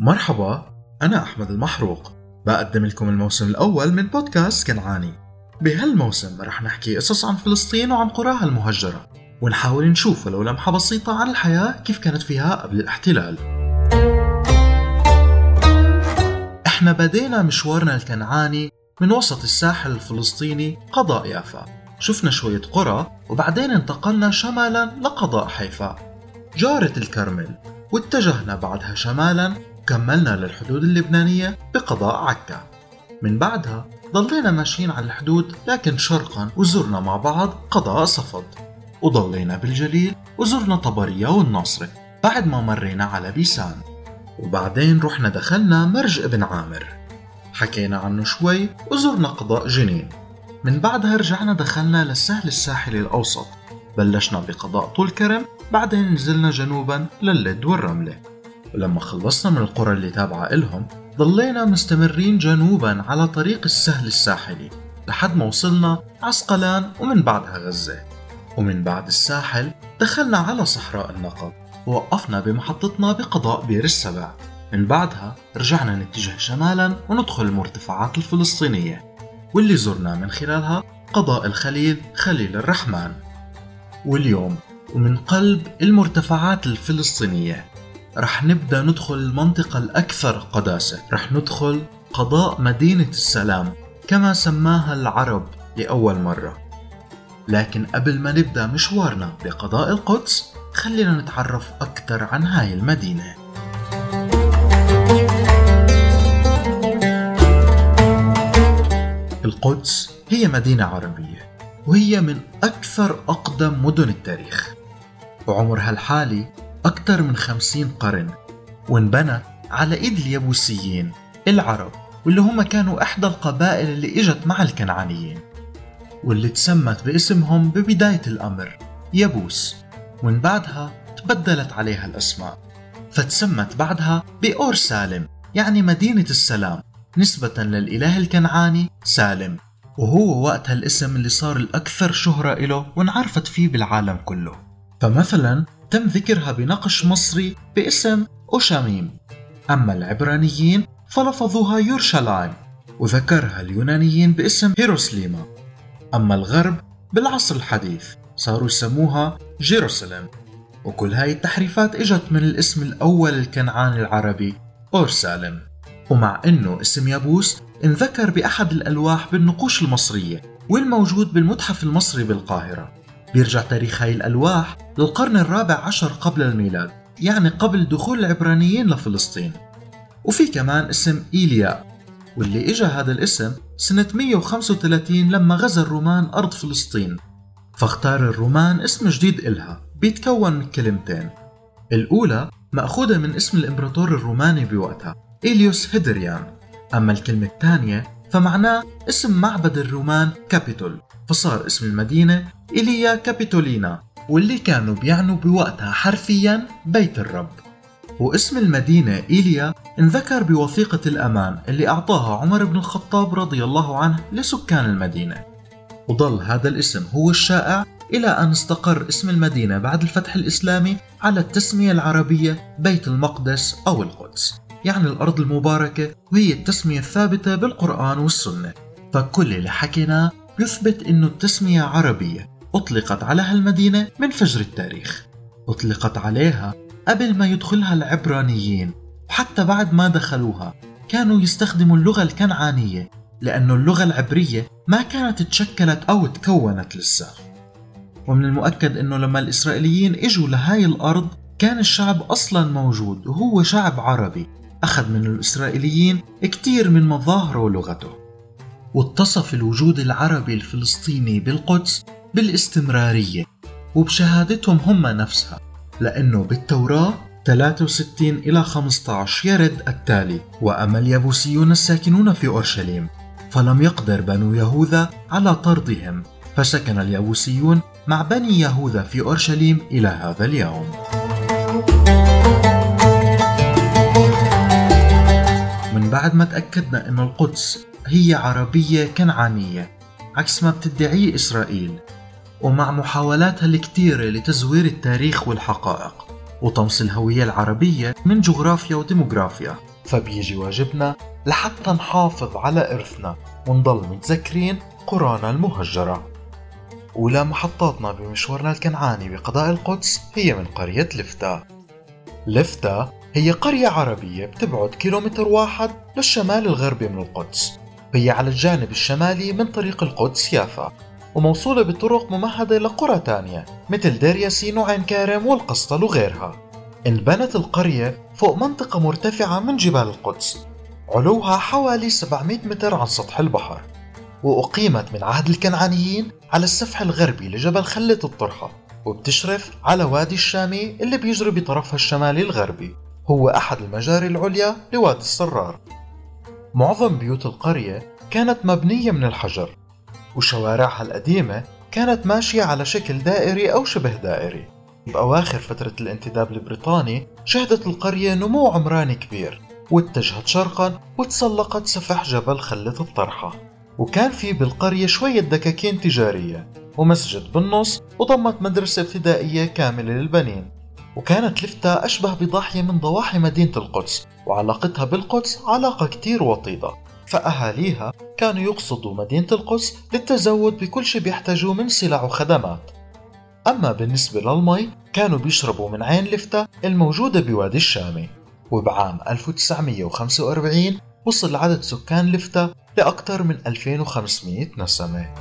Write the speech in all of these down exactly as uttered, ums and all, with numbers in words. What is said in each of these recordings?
مرحبا، أنا أحمد المحروق، بقدم لكم الموسم الأول من بودكاست كنعاني. بهالموسم رح نحكي قصص عن فلسطين وعن قراها المهجرة، ونحاول نشوف ولو لمحة بسيطة عن الحياة كيف كانت فيها قبل الاحتلال. احنا بدينا مشوارنا الكنعاني من وسط الساحل الفلسطيني قضاء يافا، شفنا شوية قرى وبعدين انتقلنا شمالا لقضاء حيفا جارة الكرمل، واتجهنا بعدها شمالا وكملنا للحدود اللبنانية بقضاء عكا. من بعدها ضلينا ماشيين على الحدود لكن شرقا وزرنا مع بعض قضاء صفد، وضلينا بالجليل وزرنا طبرية والناصرة بعد ما مرينا على بيسان، وبعدين رحنا دخلنا مرج ابن عامر حكينا عنه شوي وزرنا قضاء جنين. من بعدها رجعنا دخلنا للسهل الساحلي الأوسط، بلشنا بقضاء طول كرم، بعدين نزلنا جنوبا للد والرملة. ولما خلصنا من القرى اللي تابعة إلهم ضلينا مستمرين جنوبا على طريق السهل الساحلي لحد ما وصلنا عسقلان ومن بعدها غزة. ومن بعد الساحل دخلنا على صحراء النقب ووقفنا بمحطتنا بقضاء بير السبع. من بعدها رجعنا نتجه شمالا وندخل المرتفعات الفلسطينية واللي زرنا من خلالها قضاء الخليل خليل الرحمن. واليوم ومن قلب المرتفعات الفلسطينية رح نبدأ ندخل المنطقة الأكثر قداسة، رح ندخل قضاء مدينة السلام كما سماها العرب لأول مرة. لكن قبل ما نبدأ مشوارنا بقضاء القدس خلينا نتعرف أكثر عن هاي المدينة. القدس هي مدينة عربية، وهي من أكثر أقدم مدن التاريخ، وعمرها الحالي أكثر من خمسين قرن، وانبنت على إيد اليبوسيين العرب، واللي هم كانوا إحدى القبائل اللي إجت مع الكنعانيين، واللي تسمت باسمهم ببداية الأمر يبوس، ومن بعدها تبدلت عليها الأسماء فتسمت بعدها بأور سالم، يعني مدينة السلام، نسبة للإله الكنعاني سالم، وهو وقتها الاسم اللي صار الأكثر شهرة إله ونعرفت فيه بالعالم كله. فمثلا تم ذكرها بنقش مصري باسم أوشاميم، أما العبرانيين فلفظوها يورشلايم، وذكرها اليونانيين باسم هيروسليما. أما الغرب بالعصر الحديث صاروا يسموها جيروسلم. وكل هاي التحريفات اجت من الاسم الأول الكنعاني العربي أورسالم. ومع أنه اسم يبوس انذكر بأحد الألواح بالنقوش المصرية والموجود بالمتحف المصري بالقاهرة، بيرجع تاريخ هاي الألواح للقرن الرابع عشر قبل الميلاد، يعني قبل دخول العبرانيين لفلسطين. وفي كمان اسم إيليا، واللي إجا هذا الاسم سنة مية وخمسة وثلاثين لما غزا الرومان أرض فلسطين، فاختار الرومان اسم جديد إلها بيتكون من كلمتين، الأولى مأخوذة من اسم الإمبراطور الروماني بوقتها إليوس هيدريان، أما الكلمة الثانية فمعناه اسم معبد الرومان كابيتول، فصار اسم المدينة إيليا كابيتولينا، واللي كانوا بيعنوا بوقتها حرفيا بيت الرب. واسم المدينة إيليا انذكر بوثيقة الأمان اللي أعطاها عمر بن الخطاب رضي الله عنه لسكان المدينة، وظل هذا الاسم هو الشائع إلى أن استقر اسم المدينة بعد الفتح الإسلامي على التسمية العربية بيت المقدس أو القدس، يعني الأرض المباركة، وهي التسمية الثابتة بالقرآن والسنة. فكل اللي حكيناه يثبت إنه التسمية عربية أطلقت على هالمدينة من فجر التاريخ، أطلقت عليها قبل ما يدخلها العبرانيين، وحتى بعد ما دخلوها كانوا يستخدموا اللغة الكنعانية، لأنه اللغة العبرية ما كانت تشكلت أو تكونت لسه. ومن المؤكد إنه لما الإسرائيليين إجوا لهاي الأرض كان الشعب أصلا موجود وهو شعب عربي، أخذ من الإسرائيليين كتير من مظاهره ولغته. واتصف الوجود العربي الفلسطيني بالقدس بالاستمرارية وبشهادتهم هم نفسها، لأنه بالتوراة ثلاثة وستين إلى خمسة عشر يرد التالي: وأما اليبوسيون الساكنون في أورشليم فلم يقدر بنو يهوذا على طردهم، فسكن اليبوسيون مع بني يهوذا في أورشليم إلى هذا اليوم. من بعد ما تأكدنا أن القدس هي عربية كنعانية عكس ما بتدعيه إسرائيل، ومع محاولاتها الكتيرة لتزوير التاريخ والحقائق وطمس الهوية العربية من جغرافيا وديموغرافيا، فبيجي واجبنا لحتى نحافظ على إرثنا ونضل متذكرين قرانا المهجرة. أولى محطاتنا بمشوارنا الكنعاني بقضاء القدس هي من قرية لفتا. لفتا هي قرية عربية بتبعد كيلومتر واحد للشمال الغربي من القدس. هي على الجانب الشمالي من طريق القدس يافا، وموصولة بطرق ممهدة لقرى تانية مثل دير ياسين وعين كارم والقسطل وغيرها. انبنت القرية فوق منطقة مرتفعة من جبال القدس، علوها حوالي سبعمائة متر عن سطح البحر، وأقيمت من عهد الكنعانيين على السفح الغربي لجبل خلة الطرحة، وبتشرف على وادي الشامي اللي بيجري بطرفها الشمالي الغربي، هو أحد المجاري العليا لوادي السرار. معظم بيوت القرية كانت مبنية من الحجر، وشوارعها القديمة كانت ماشية على شكل دائري أو شبه دائري. بأواخر فترة الانتداب البريطاني شهدت القرية نمو عمراني كبير، واتجهت شرقا وتسلقت سفح جبل خلة الطرحة. وكان في بالقرية شوية دكاكين تجارية ومسجد بالنص، وضمت مدرسة ابتدائية كاملة للبنين. وكانت لفتا أشبه بضاحية من ضواحي مدينة القدس، وعلاقتها بالقدس علاقة كتير وطيدة، فأهاليها كانوا يقصدوا مدينة القدس للتزود بكل شيء بيحتاجوه من سلع وخدمات. أما بالنسبة للمي كانوا بيشربوا من عين لفتا الموجودة بوادي الشامي. وبعام ألف وتسعمائة وخمسة وأربعين وصل عدد سكان لفتا لأكثر من ألفين وخمسمائة نسمة.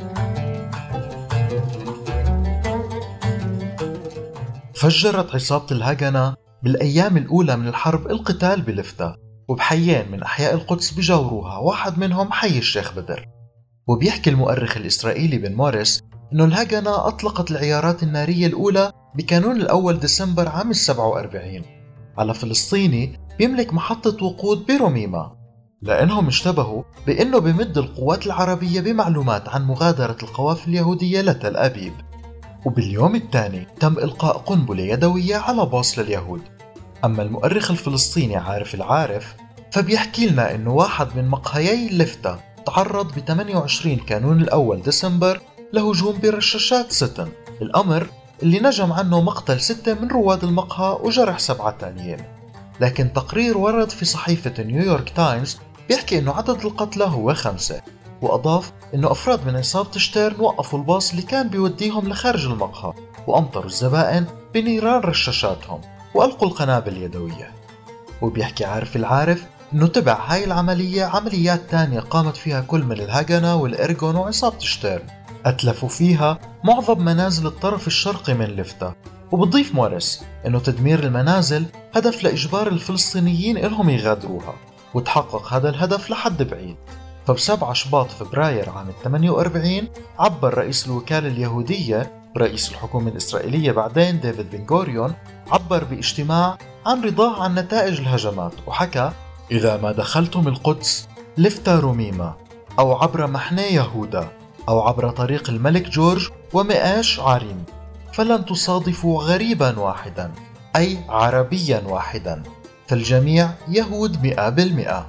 فجرت عصابة الهجنة بالأيام الأولى من الحرب القتال بلفتا، وبحيين من أحياء القدس بجاوروها، واحد منهم حي الشيخ بدر. وبيحكي المؤرخ الإسرائيلي بن موريس إنه الهجنة أطلقت العيارات النارية الأولى بكانون الأول ديسمبر عام السبعة وأربعين على فلسطيني بيملك محطة وقود برميمة، لأنهم اشتبهوا بأنه بمد القوات العربية بمعلومات عن مغادرة القوافل اليهودية لتل أبيب. وباليوم الثاني تم إلقاء قنبلة يدوية على باص لليهود. أما المؤرخ الفلسطيني عارف العارف فبيحكي لنا إنه واحد من مقهيي لفتا تعرض ب ثمانية وعشرين كانون الأول ديسمبر لهجوم برشاشات ستن، الأمر اللي نجم عنه مقتل ستة من رواد المقهى وجرح سبعة تانيين. لكن تقرير ورد في صحيفة نيويورك تايمز بيحكي إنه عدد القتلى هو خمسة، وأضاف إنه أفراد من عصابة شتيرن وقفوا الباص اللي كان بيوديهم لخارج المقهى، وأمطروا الزبائن بنيران رشاشاتهم وألقوا القنابل اليدوية. وبيحكي عارف العارف إنه تبع هاي العملية عمليات تانية قامت فيها كل من الهجنة والإرجون وعصابة شتيرن، أتلفوا فيها معظم منازل الطرف الشرقي من لفتا. وبضيف موريس إنه تدمير المنازل هدف لإجبار الفلسطينيين إنهم يغادروها، وتحقق هذا الهدف لحد بعيد. فبسبعة شباط فبراير عام ثمانية وأربعين عبر رئيس الوكالة اليهودية ورئيس الحكومة الإسرائيلية بعدين ديفيد بن غوريون، عبر باجتماع عن رضاه عن نتائج الهجمات، وحكى: إذا ما دخلتم القدس لفتا رميمة أو عبر محنى يهودا أو عبر طريق الملك جورج ومئاش عاريم فلن تصادفوا غريبا واحدا، أي عربيا واحدا، فالجميع يهود مئة بالمئة.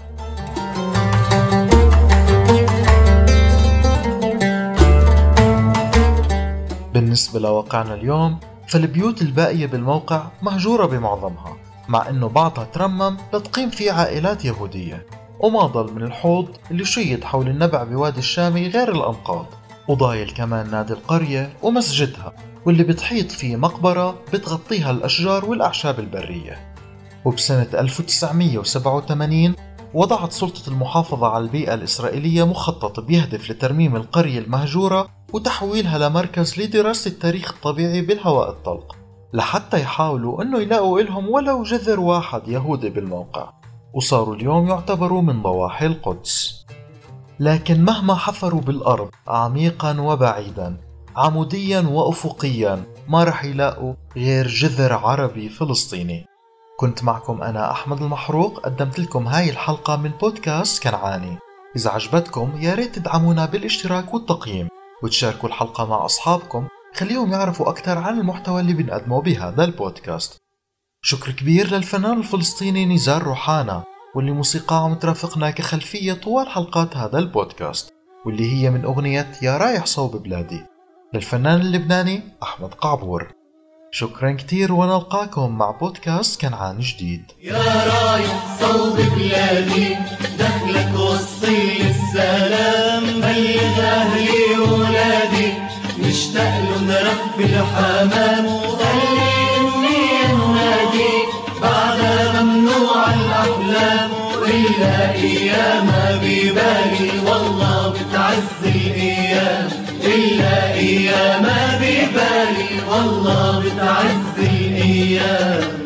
بالنسبة لواقعنا اليوم فالبيوت الباقية بالموقع مهجورة بمعظمها، مع أنه بعضها ترمم لتقيم فيه عائلات يهودية، وما ضل من الحوض اللي شيد حول النبع بوادي الشامي غير الأنقاض، وضايل كمان نادي القرية ومسجدها، واللي بتحيط فيه مقبرة بتغطيها الأشجار والأعشاب البرية. وبسنة ألف وتسعمائة وسبعة وثمانين وضعت سلطة المحافظة على البيئة الإسرائيلية مخطط بيهدف لترميم القرية المهجورة وتحويلها لمركز لدراسة التاريخ الطبيعي بالهواء الطلق، لحتى يحاولوا أنه يلاقوا إلهم ولو جذر واحد يهودي بالموقع، وصاروا اليوم يعتبروا من ضواحي القدس. لكن مهما حفروا بالأرض عميقا وبعيدا عموديا وأفقيا ما رح يلاقوا غير جذر عربي فلسطيني. كنت معكم أنا أحمد المحروق، قدمت لكم هاي الحلقة من بودكاست كنعاني. إذا عجبتكم يا ريت تدعمونا بالاشتراك والتقييم، وتشاركوا الحلقة مع أصحابكم، خليهم يعرفوا أكثر عن المحتوى اللي بنقدمه بهذا البودكاست. شكر كبير للفنان الفلسطيني نزار روحانا، واللي موسيقاه عم ترافقنا كخلفية طوال حلقات هذا البودكاست، واللي هي من أغنية يا رايح صوب بلادي للفنان اللبناني أحمد قعبور. شكرا كتير، ونلقاكم مع بودكاست كنعان جديد. يا رايح صوب بلادي دخلك وصي السلام، بلغ أهلي وولادي مشتاق لهم رب الحمام، وخلي إني أنادي بعد ممنوع الأحلام، وإلا أيام ببالي والله بتعز الأيام، إلا أيام ببالي والله بتعز الأيام.